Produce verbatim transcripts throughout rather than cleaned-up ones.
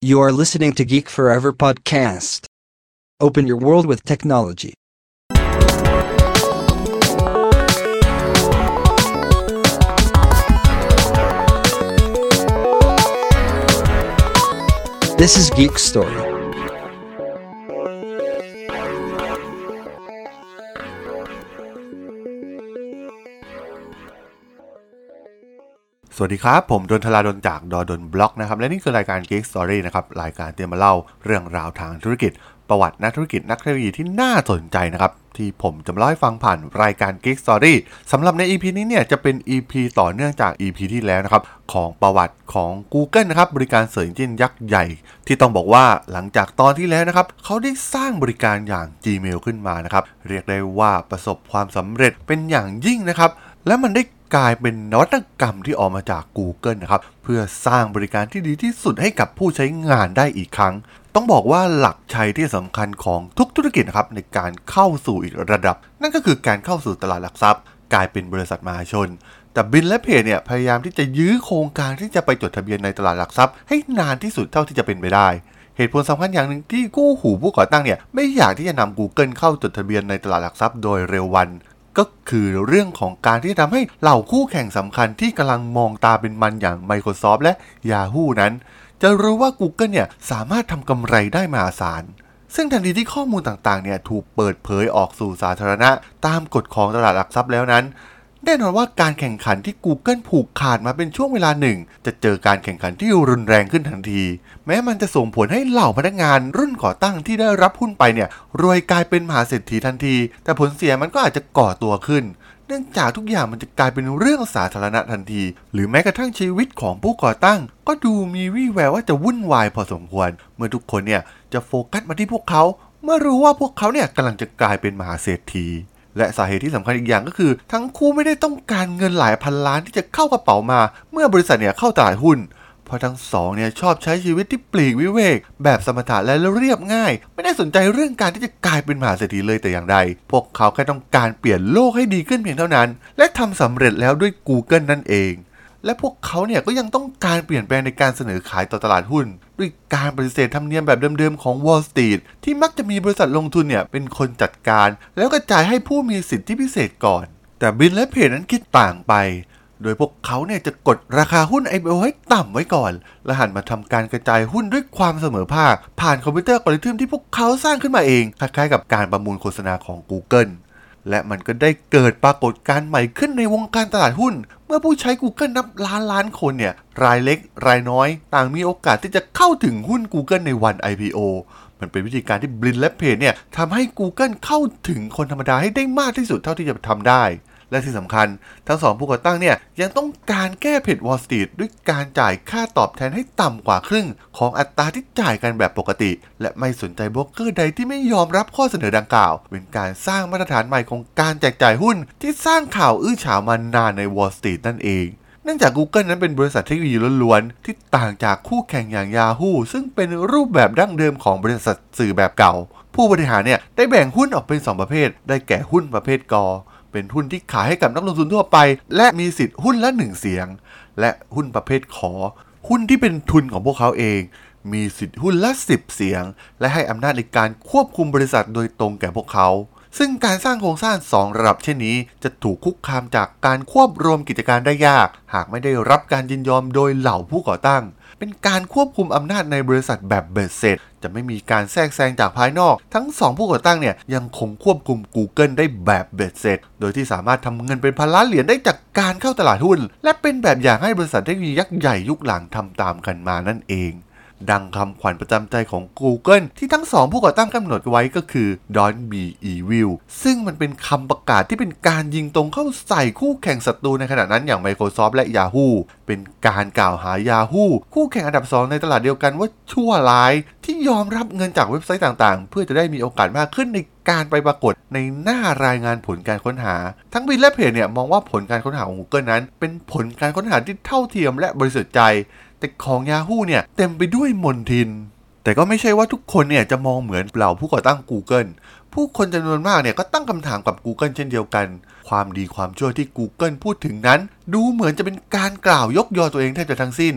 You are listening to Geek Forever Podcast. Open your world with technology. This is Geek Story. สวัสดีครับผมดนทลาดนจากดดนบล็อกนะครับและนี่คือรายการ Geek Story นะครับรายการที่มาเล่าเรื่องราวทางธุรกิจประวัตินักธุรกิจนักเทคโนโลยีที่น่าสนใจนะครับที่ผมจะมาเล่าให้ฟังผ่านรายการ Geek Story สำหรับใน อี พี นี้เนี่ยจะเป็น อี พี ต่อเนื่องจาก อี พี ที่แล้วนะครับของประวัติของ Google นะครับบริการ Search Engine ยักษ์ใหญ่ที่ต้องบอกว่าหลังจากตอนที่แล้วนะครับเขาได้สร้างบริการอย่าง Gmail ขึ้นมานะครับเรียกได้ว่าประสบความสำเร็จเป็นอย่างยิ่งนะครับและมันได้กลายเป็นนวัตกรรมที่ออกมาจาก Google นะครับเพื่อสร้างบริการที่ดีที่สุดให้กับผู้ใช้งานได้อีกครั้งต้องบอกว่าหลักชัยที่สำคัญของทุกธุรกิจนะครับในการเข้าสู่อีกระดับนั่นก็คือการเข้าสู่ตลาดหลักทรัพย์กลายเป็นบริษัทมหาชนแต่บิลและเพจเนี่ยพยายามที่จะยื้อโครงการที่จะไปจดทะเบียนในตลาดหลักทรัพย์ให้นานที่สุดเท่าที่จะเป็นไปได้เหตุผลสำคัญอย่างหนึ่งที่กู้หูผู้ก่อตั้งเนี่ยไม่อยากที่จะนำ Google เข้าจดทะเบียนในตลาดหลักทรัพย์โดยเร็ววันก็คือเรื่องของการที่ทำให้เหล่าคู่แข่งสำคัญที่กำลังมองตาเป็นมันอย่าง Microsoft และ Yahoo นั้นจะรู้ว่า Google เนี่ยสามารถทำกำไรได้มหาศาลซึ่งทันทีที่ข้อมูลต่างๆเนี่ยถูกเปิดเผยออกสู่สาธารณะตามกฎของตลาดหลักทรัพย์แล้วนั้นแน่นอนว่าการแข่งขันที่ Google ผูกขาดมาเป็นช่วงเวลาหนึ่งจะเจอการแข่งขันที่รุนแรงขึ้นทันทีแม้มันจะส่งผลให้เหล่าพนักงานรุ่นก่อตั้งที่ได้รับหุ้นไปเนี่ยรวยกลายเป็นมหาเศรษฐีทันทีแต่ผลเสียมันก็อาจจะก่อตัวขึ้นเนื่องจากทุกอย่างมันจะกลายเป็นเรื่องสาธารณะทันทีหรือแม้กระทั่งชีวิตของผู้ก่อตั้งก็ดูมีวี่แววว่าจะวุ่นวายพอสมควรเมื่อทุกคนเนี่ยจะโฟกัสมาที่พวกเขาเมื่อรู้ว่าพวกเขาเนี่ยกำลังจะกลายเป็นมหาเศรษฐีและสาเหตุที่สำคัญอีกอย่างก็คือทั้งคู่ไม่ได้ต้องการเงินหลายพันล้านที่จะเข้ากระเป๋ามาเมื่อบริษัทเนี่ยเข้าตลาดหุ้นเพราะทั้งสองเนี่ยชอบใช้ชีวิตที่ปลีกวิเวกแบบสมถะและเรียบง่ายไม่ได้สนใจเรื่องการที่จะกลายเป็นมหาเศรษฐีเลยแต่อย่างใดพวกเขาแค่ต้องการเปลี่ยนโลกให้ดีขึ้นเพียงเท่านั้นและทำสำเร็จแล้วด้วย Google นั่นเองและพวกเขาเนี่ยก็ยังต้องการเปลี่ยนแปลงในการเสนอขายต่อตลาดหุ้นด้วยการปฏิเสธธรรมเนียมแบบเดิมๆของ Wall Street ที่มักจะมีบริษัทลงทุนเนี่ยเป็นคนจัดการแล้วกระจายให้ผู้มีสิทธิพิเศษก่อนแต่บิลและเพจนั้นคิดต่างไปโดยพวกเขาเนี่ยจะกดราคาหุ้น ไอ พี โอ ให้ต่ำไว้ก่อนและหันมาทำการกระจายหุ้นด้วยความเสมอภาคผ่านคอมพิวเตอร์อัลกอริทึมที่พวกเขาสร้างขึ้นมาเองคล้ายๆกับการประมูลโฆษณาของ Google และมันก็ได้เกิดปรากฏการณ์ใหม่ขึ้นในวงการตลาดหุ้นเมื่อผู้ใช้ Google นับล้านล้านคนเนี่ยรายเล็กรายน้อยต่างมีโอกาสที่จะเข้าถึงหุ้น Google ในวัน ไอ พี โอ มันเป็นวิธีการที่บลินและเพจเนี่ยทำให้ Google เข้าถึงคนธรรมดาให้ได้มากที่สุดเท่าที่จะทำได้และที่สำคัญทั้งสองผู้ก่อตั้งเนี่ยยังต้องการแก้เพจ Wall Street ด้วยการจ่ายค่าตอบแทนให้ต่ำกว่าครึ่งของอัตราที่จ่ายกันแบบปกติและไม่สนใจโบรกเกอร์ใดที่ไม่ยอมรับข้อเสนอดังกล่าวเป็นการสร้างมาตรฐานใหม่ของการแจกจ่ายหุ้นที่สร้างข่าวอื้อฉาวมานานใน Wall Street นั่นเองเนื่องจาก Google นั้นเป็นบริษัทเทคโนโลยีล้วนๆที่ต่างจากคู่แข่งอย่าง Yahoo ซึ่งเป็นรูปแบบดั้งเดิมของบริษัทสื่อแบบเก่าผู้บริหารเนี่ยได้แบ่งหุ้นออกเป็นสองประเภทได้แก่หุ้นประเภทกอเป็นหุ้นที่ขายให้กับนักลงทุนทั่วไปและมีสิทธิ์หุ้นละหนึ่งเสียงและหุ้นประเภทขอหุ้นที่เป็นทุนของพวกเขาเองมีสิทธิ์หุ้นละสิบเสียงและให้อำนาจในการควบคุมบริษัทโดยตรงแก่พวกเขาซึ่งการสร้างโครงสร้างสองระดับเช่นนี้จะถูกคุกคามจากการควบรวมกิจการได้ยากหากไม่ได้รับการยินยอมโดยเหล่าผู้ก่อตั้งเป็นการควบคุมอำนาจในบริษัทแบบเบ็ดเสร็จจะไม่มีการแทรกแซงจากภายนอกทั้งสองผู้ก่อตั้งเนี่ยยังคงควบคุม Google ได้แบบเบ็ดเสร็จโดยที่สามารถทำเงินเป็นพันล้านเหรียญได้จากการเข้าตลาดหุ้นและเป็นแบบอย่างให้บริษัทเทคโนโลยียักษ์ใหญ่ยุคหลังทำตามกันมานั่นเองดังคำขวัญประจำใจของ Google ที่ทั้งสองผู้ก่อตั้งกำหนดไว้ก็คือ Don't be evil ซึ่งมันเป็นคำประกาศที่เป็นการยิงตรงเข้าใส่คู่แข่งศัตรูในขณะนั้นอย่าง Microsoft และ Yahoo เป็นการกล่าวหา Yahoo คู่แข่งอันดับสองในตลาดเดียวกันว่าชั่วร้ายที่ยอมรับเงินจากเว็บไซต์ต่างๆเพื่อจะได้มีโอกาสมากขึ้นในการไปปรากฏในหน้ารายงานผลการค้นหาทั้งบิลและเพจเนี่ยมองว่าผลการค้นหาของ Google นั้นเป็นผลการค้นหาที่เท่าเทียมและบริสุทธิ์ใจแต่ของ Yahoo เนี่ยเต็มไปด้วยมลทินแต่ก็ไม่ใช่ว่าทุกคนเนี่ยจะมองเหมือนเหล่าผู้ก่อตั้ง Google ผู้คนจำนวนมากเนี่ยก็ตั้งคำถามกับ Google เช่นเดียวกันความดีความชั่วที่ Google พูดถึงนั้นดูเหมือนจะเป็นการกล่าวยกยอตัวเองแทบจะทั้งสิ้นเพ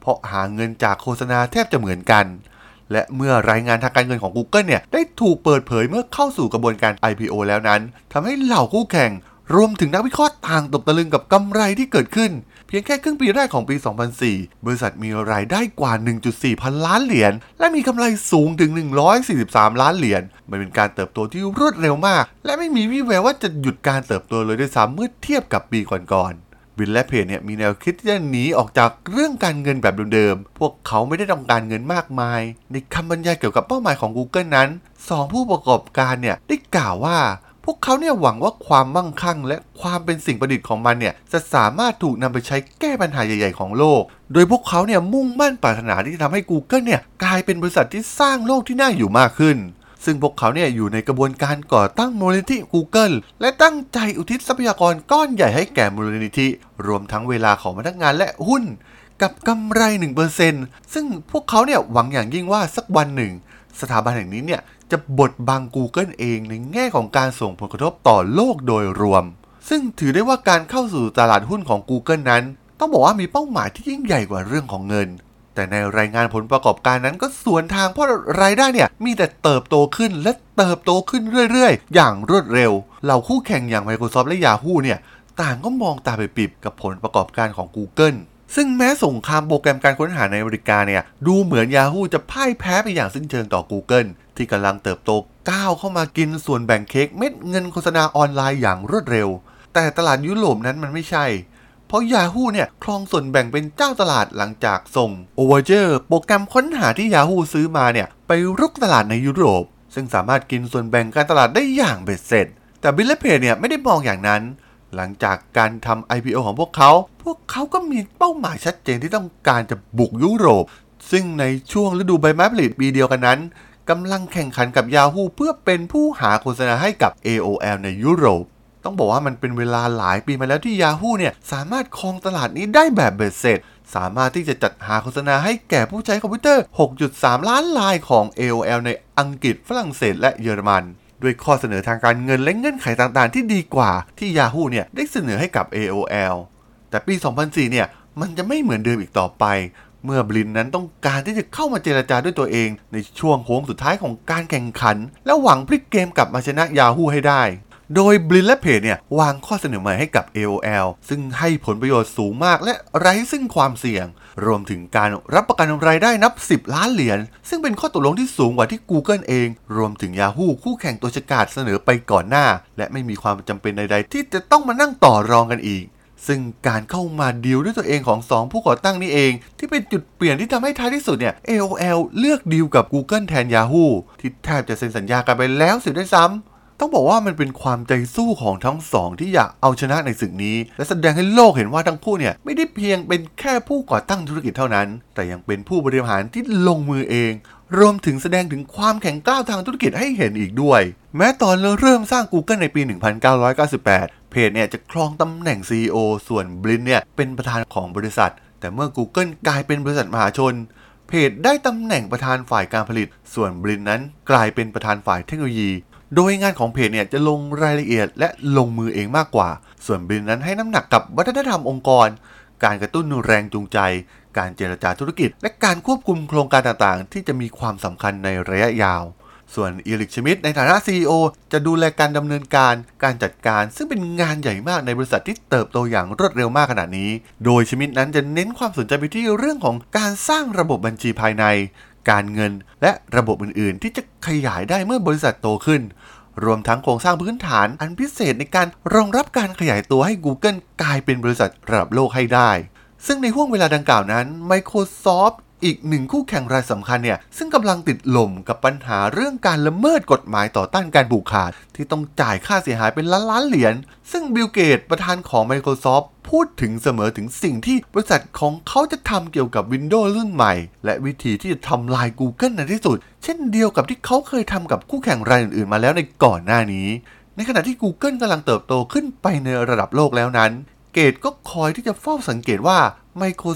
ราะหาเงินจากโฆษณาแทบจะเหมือนกันและเมื่อรายงานทางการเงินของ Google เนี่ยได้ถูกเปิดเผยเมื่อเข้าสู่กระบวนการ ไอ พี โอ แล้วนั้นทำให้เหล่าคู่แข่งรวมถึงนักวิเคราะห์ต่างตกตะลึงกับกำไรที่เกิดขึ้นเพียงแค่ครึ่งปีแรกของปี สองพันสี่ บริษัทมีรายได้กว่า หนึ่งจุดสี่ พันล้านเหรียญและมีกำไรสูงถึง หนึ่งร้อยสี่สิบสาม ล้านเหรียญมันเป็นการเติบโตที่รวดเร็วมากและไม่มีวี่แววว่าจะหยุดการเติบโตเลยด้วยซ้ำเมื่อเทียบกับปีก่อนๆบิลและเพจเนี่ยมีแนวคิดที่จะหนีออกจากเรื่องการเงินแบบเดิมๆพวกเขาไม่ได้ต้องการเงินมากมายในคำบรรยายเกี่ยวกับเป้าหมายของ Google นั้นสองผู้ประกอบการเนี่ยได้กล่าวว่าพวกเขาเนี่ยหวังว่าความมั่งคั่งและความเป็นสิ่งประดิษฐ์ของมันเนี่ยจะสามารถถูกนำไปใช้แก้ปัญหาใหญ่ๆของโลกโดยพวกเขาเนี่ยมุ่งมั่นปรารถนาที่จะทำให้ Google เนี่ยกลายเป็นบริษัทที่สร้างโลกที่น่าอยู่มากขึ้นซึ่งพวกเขาเนี่ยอยู่ในกระบวนการก่อตั้งมูลนิธิ Google และตั้งใจอุทิศทรัพยากรก้อนใหญ่ให้แก่มูลนิธิรวมทั้งเวลาของพนักงานและหุ้นกับกำไร หนึ่งเปอร์เซ็นต์ ซึ่งพวกเขาเนี่ยหวังอย่างยิ่งว่าสักวันหนึ่งสถาบันแห่งนี้เนี่ยจะบดบัง Google เองในแง่ของการส่งผลกระทบต่อโลกโดยรวมซึ่งถือได้ว่าการเข้าสู่ตลาดหุ้นของ Google นั้นต้องบอกว่ามีเป้าหมายที่ยิ่งใหญ่กว่าเรื่องของเงินแต่ในรายงานผลประกอบการนั้นก็สวนทางเพราะรายได้เนี่ยมีแต่เติบโตขึ้นและเติบโตขึ้นเรื่อยๆอย่างรวดเร็วเหล่าคู่แข่งอย่าง Microsoft และ Yahoo เนี่ยต่างก็มองตาไปปิบกับผลประกอบการของ Googleซึ่งแม้สงครามโปรแกรมการค้นหาในอเมริกาเนี่ยดูเหมือน Yahoo จะพ่ายแพ้ไปอย่างสิ้นเชิงต่อ Google ที่กำลังเติบโตก้าวเข้ามากินส่วนแบ่งเค้กเม็ดเงินโฆษณาออนไลน์อย่างรวดเร็วแต่ตลาดยุโรปนั้นมันไม่ใช่เพราะ Yahoo เนี่ยครองส่วนแบ่งเป็นเจ้าตลาดหลังจากส่ง Overture โปรแกรมค้นหาที่ Yahoo ซื้อมาเนี่ยไปรุกตลาดในยุโรปซึ่งสามารถกินส่วนแบ่งการตลาดได้อย่างเบ็ดเสร็จแต่บิลและเพจเนี่ยไม่ได้มองอย่างนั้นหลังจากการทำ ไอ พี โอ ของพวกเขาพวกเขาก็มีเป้าหมายชัดเจนที่ต้องการจะบุกยุโรปซึ่งในช่วงฤดูใบไม้ผลิปีเดียวกันนั้นกำลังแข่งขันกับ Yahoo เพื่อเป็นผู้หาโฆษณาให้กับ เอ โอ แอล ในยุโรปต้องบอกว่ามันเป็นเวลาหลายปีมาแล้วที่ Yahoo เนี่ยสามารถครองตลาดนี้ได้แบบเบ็ดเสร็จสามารถที่จะจัดหาโฆษณาให้แก่ผู้ใช้คอมพิวเตอร์ หกจุดสาม ล้านรายของ เอ โอ แอล ในอังกฤษฝรั่งเศสและเยอรมันด้วยข้อเสนอทางการเงินและเงื่อนไขต่างๆที่ดีกว่าที่ Yahoo เนี่ยได้เสนอให้กับ เอ โอ แอล แต่ปี สองพันสี่ เนี่ยมันจะไม่เหมือนเดิมอีกต่อไปเมื่อบลินนั้นต้องการที่จะเข้ามาเจรจาด้วยตัวเองในช่วงโค้งสุดท้ายของการแข่งขันและหวังพลิกเกมกลับมาชนะ Yahoo ให้ได้โดยบลินและเพจเนี่ยวางข้อเสนอใหม่ให้กับ เอ โอ แอล ซึ่งให้ผลประโยชน์สูงมากและไร้ซึ่งความเสี่ยงรวมถึงการรับประกันรายได้นับสิบล้านเหรียญซึ่งเป็นข้อตกลงที่สูงกว่าที่ Google เองรวมถึง Yahoo คู่แข่งตัวฉกาจเสนอไปก่อนหน้าและไม่มีความจำเป็นใดๆที่จะต้องมานั่งต่อรองกันอีกซึ่งการเข้ามาดีลด้วยตัวเองของสองผู้ก่อตั้งนี้เองที่เป็นจุดเปลี่ยนที่ทำให้ท้ายที่สุดเนี่ย เอ โอ แอล เลือกดีลกับ Google แทน Yahoo ที่แทบจะเซ็นสัญญากันไปแล้วเสียด้วยซ้ำต้องบอกว่ามันเป็นความใจสู้ของทั้งสองที่อยากเอาชนะในศึกนี้และแสดงให้โลกเห็นว่าทั้งคู่เนี่ยไม่ได้เพียงเป็นแค่ผู้ก่อตั้งธุรกิจเท่านั้นแต่ยังเป็นผู้บริหารที่ลงมือเองรวมถึงแสดงถึงความแข็งกร้าวทางธุรกิจให้เห็นอีกด้วยแม้ตอนเริ่มสร้าง Google ในปี หนึ่งพันเก้าร้อยเก้าสิบแปด เพจเนี่ยจะครองตำแหน่ง ซี อี โอ ส่วนบลินเนี่ยเป็นประธานของบริษัทแต่เมื่อ Google กลายเป็นบริษัทมหาชนเพจได้ตำแหน่งประธานฝ่ายการผลิตส่วนบลินนั้นกลายเป็นประธานฝ่ายเทคโนโลยีโดยงานของเพจเนี่ยจะลงรายละเอียดและลงมือเองมากกว่าส่วนบลินนั้นให้น้ำหนักกับวัฒนธรรมองค์กรการกระตุ้นแรงจูงใจการเจรจาธุรกิจและการควบคุมโครงการต่างๆที่จะมีความสำคัญในระยะยาวส่วนอีริก ชมิดในฐานะ ซี อี โอ จะดูแลการดำเนินการการจัดการซึ่งเป็นงานใหญ่มากในบริษัทที่เติบโตอย่างรวดเร็วมากขนาดนี้โดยชมิดนั้นจะเน้นความสนใจไปที่เรื่องของการสร้างระบบบัญชีภายในการเงินและระบบอื่นๆที่จะขยายได้เมื่อบริษัทโตขึ้นรวมทั้งโครงสร้างพื้นฐานอันพิเศษในการรองรับการขยายตัวให้ Google กลายเป็นบริษัทระดับโลกให้ได้ซึ่งในห่วงเวลาดังกล่าวนั้น Microsoft อีกหนึ่งคู่แข่งรายสำคัญเนี่ยซึ่งกำลังติดลมกับปัญหาเรื่องการละเมิดกฎหมายต่อต้านการผูกขาดที่ต้องจ่ายค่าเสียหายเป็นล้านล้านเหรียญซึ่งบิล เกตส์ประธานของ Microsoft พูดถึงเสมอถึงสิ่งที่บริษัทของเขาจะทำเกี่ยวกับ Windows รุ่นใหม่และวิธีที่จะทำลาย Google ในที่สุดเช่นเดียวกับที่เขาเคยทำกับคู่แข่งรายอื่นๆมาแล้วในก่อนหน้านี้ในขณะที่ Google กำลังเติบโตขึ้นไปในระดับโลกแล้วนั้นเกตส์ก็คอยที่จะเฝ้าสังเกตว่า Microsoft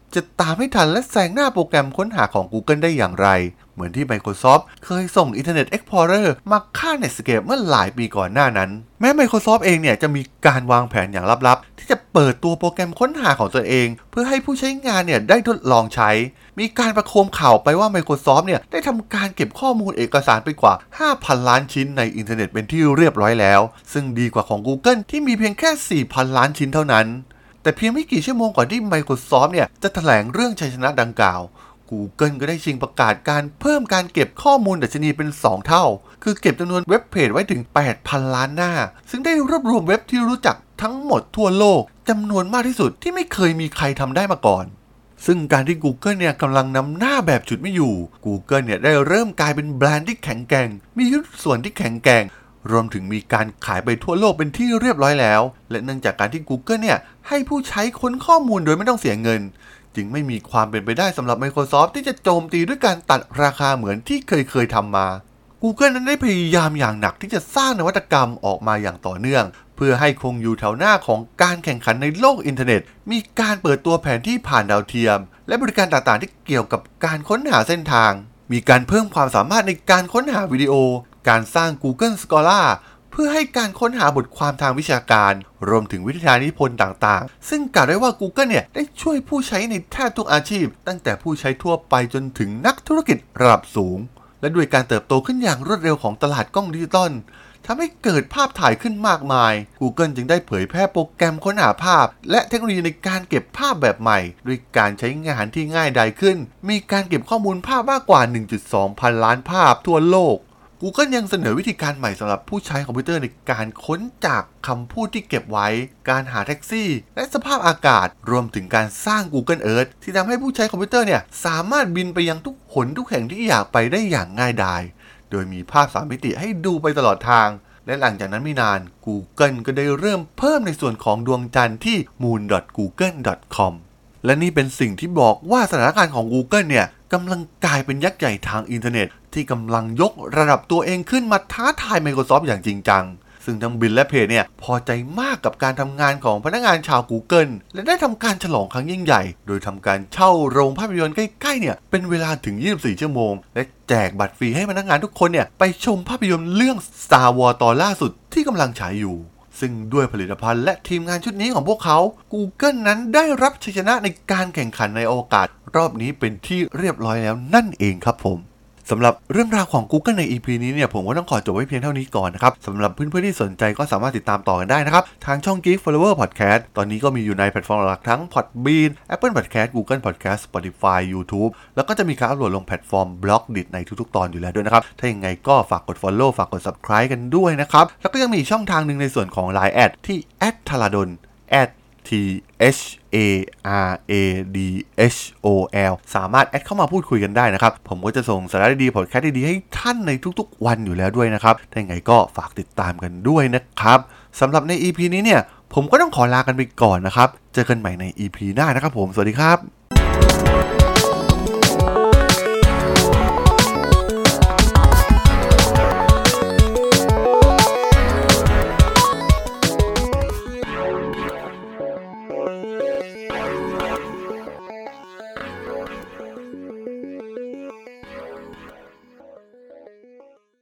จะตามให้ทันและแซงหน้าโปรแกรมค้นหาของ Google ได้อย่างไรเหมือนที่ Microsoft เคยส่ง Internet Explorer มาฆ่า Netscape เมื่อหลายปีก่อนหน้านั้นแม้ Microsoft เองเนี่ยจะมีการวางแผนอย่างลับๆที่จะเปิดตัวโปรแกรมค้นหาของตัวเองเพื่อให้ผู้ใช้งานเนี่ยได้ทดลองใช้มีการประโคมข่าวไปว่า Microsoft เนี่ยได้ทำการเก็บข้อมูลเอกสารไปกว่า ห้าพัน ล้านชิ้นในอินเทอร์เน็ตเป็นที่เรียบร้อยแล้วซึ่งดีกว่าของ Google ที่มีเพียงแค่ สี่พัน ล้านชิ้นเท่านั้นแต่เพียงไม่กี่ชั่วโมงก่อนที่ Microsoft เนี่ยจะแถลงเรื่องชัยชนะดังกล่าว Google ก็ได้ชิงประกาศการเพิ่มการเก็บข้อมูลดัชนีเป็น สอง เท่าคือเก็บจำนวนเว็บเพจไว้ถึง แปดพัน ล้านหน้าซึ่งได้รวบรวมเว็บที่รู้จักทั้งหมดทั่วโลกจำนวนมากที่สุดที่ไม่เคยมีใครทำได้มาก่อนซึ่งการที่ Google เนี่ยกำลังนำหน้าแบบฉุดไม่อยู่ Google เนี่ยได้เริ่มกลายเป็นแบรนด์ที่แข็งแกร่งมีหุ้นส่วนที่แข็งแกร่งรวมถึงมีการขายไปทั่วโลกเป็นที่เรียบร้อยแล้วและเนื่องจากการที่ Google เนี่ยให้ผู้ใช้ค้นข้อมูลโดยไม่ต้องเสียเงินจึงไม่มีความเป็นไปได้สำหรับ Microsoft ที่จะโจมตีด้วยการตัดราคาเหมือนที่เคยเคยทำมา Google นั้นได้พยายามอย่างหนักที่จะสร้างนวัตกรรมออกมาอย่างต่อเนื่องเพื่อให้คงอยู่แถวหน้าของการแข่งขันในโลกอินเทอร์เน็ตมีการเปิดตัวแผนที่ผ่านดาวเทียมและบริการต่างๆที่เกี่ยวกับการค้นหาเส้นทางมีการเพิ่มความสามารถในการค้นหาวิดีโอการสร้าง Google Scholar เพื่อให้การค้นหาบทความทางวิชาการรวมถึงวิทยานิพนธ์ต่างๆซึ่งกล่าวได้ว่า Google เนี่ยได้ช่วยผู้ใช้ในแทบทุกอาชีพตั้งแต่ผู้ใช้ทั่วไปจนถึงนักธุรกิจระดับสูงและด้วยการเติบโตขึ้นอย่างรวดเร็วของตลาดกล้องดิจิตอลทำให้เกิดภาพถ่ายขึ้นมากมาย Google จึงได้เผยแพร่โปรแกรมค้นหาภาพและเทคโนโลยีในการเก็บภาพแบบใหม่ด้วยการใช้งานที่ง่ายดายขึ้นมีการเก็บข้อมูลภาพมากกว่า หนึ่งจุดสอง พันล้านภาพทั่วโลกGoogle ยังเสนอวิธีการใหม่สำหรับผู้ใช้คอมพิวเตอร์ในการค้นจากคำพูดที่เก็บไว้การหาแท็กซี่และสภาพอากาศรวมถึงการสร้าง Google Earth ที่ทำให้ผู้ใช้คอมพิวเตอร์เนี่ยสามารถบินไปยังทุกหนทุกแห่งที่อยากไปได้อย่างง่ายดายโดยมีภาพสามมิติให้ดูไปตลอดทางและหลังจากนั้นไม่นาน Google ก็ได้เริ่มเพิ่มในส่วนของดวงจันทร์ที่ มูน ดอท กูเกิล ดอท คอม และนี่เป็นสิ่งที่บอกว่าสถานการณ์ของ Google เนี่ยกำลังกลายเป็นยักษ์ใหญ่ทางอินเทอร์เน็ตที่กำลังยกระดับตัวเองขึ้นมาท้าทาย Microsoft อย่างจริงจังซึ่งทั้งบิลและเพจเนี่ยพอใจมากกับการทำงานของพนักงานชาว Google และได้ทำการฉลองครั้งยิ่งใหญ่โดยทำการเช่าโรงภาพยนตร์ใกล้ๆเนี่ยเป็นเวลาถึงยี่สิบสี่ชั่วโมงและแจกบัตรฟรีให้พนักงานทุกคนเนี่ยไปชมภาพยนตร์เรื่อง Star Wars ตอนล่าสุดที่กำลังฉายอยู่ซึ่งด้วยผลิตภัณฑ์และทีมงานชุดนี้ของพวกเขา Google นั้นได้รับชัยชนะในการแข่งขันในอวกาศรอบนี้เป็นที่เรียบร้อยแล้วนั่นเองครับผมสำหรับเรื่องราวของ Google ใน อี พี นี้เนี่ยผมก็ต้องขอจบไว้เพียงเท่านี้ก่อนนะครับสำหรับเพื่อนๆที่สนใจก็สามารถติดตามต่อกันได้นะครับทางช่อง Geek Flower Podcast ตอนนี้ก็มีอยู่ในแพลตฟอร์มหลักทั้ง Podbean Apple Podcast Google Podcast Spotify YouTube แล้วก็จะมีการอัปโหลดลงแพลตฟอร์ม Blogdit ในทุกๆตอนอยู่แล้วด้วยนะครับถ้าอย่างไงก็ฝากกด Follow ฝากกด Subscribe กันด้วยนะครับแล้วก็ยังมีอีกช่องทางนึงในส่วนของ ไลน์ แอด ที่ แอท ทาราดล แอท ที เอช เอ อาร์ เอ ดี เอช โอ แอล สามารถแอดเข้ามาพูดคุยกันได้นะครับผมก็จะส่งสาระดีๆพอดแคสต์ดีๆให้ท่านในทุกๆวันอยู่แล้วด้วยนะครับถ้าอย่างไรก็ฝากติดตามกันด้วยนะครับสำหรับใน อี พี นี้เนี่ยผมก็ต้องขอลากันไปก่อนนะครับเจอกันใหม่ใน อี พี หน้านะครับผมสวัสดีครับ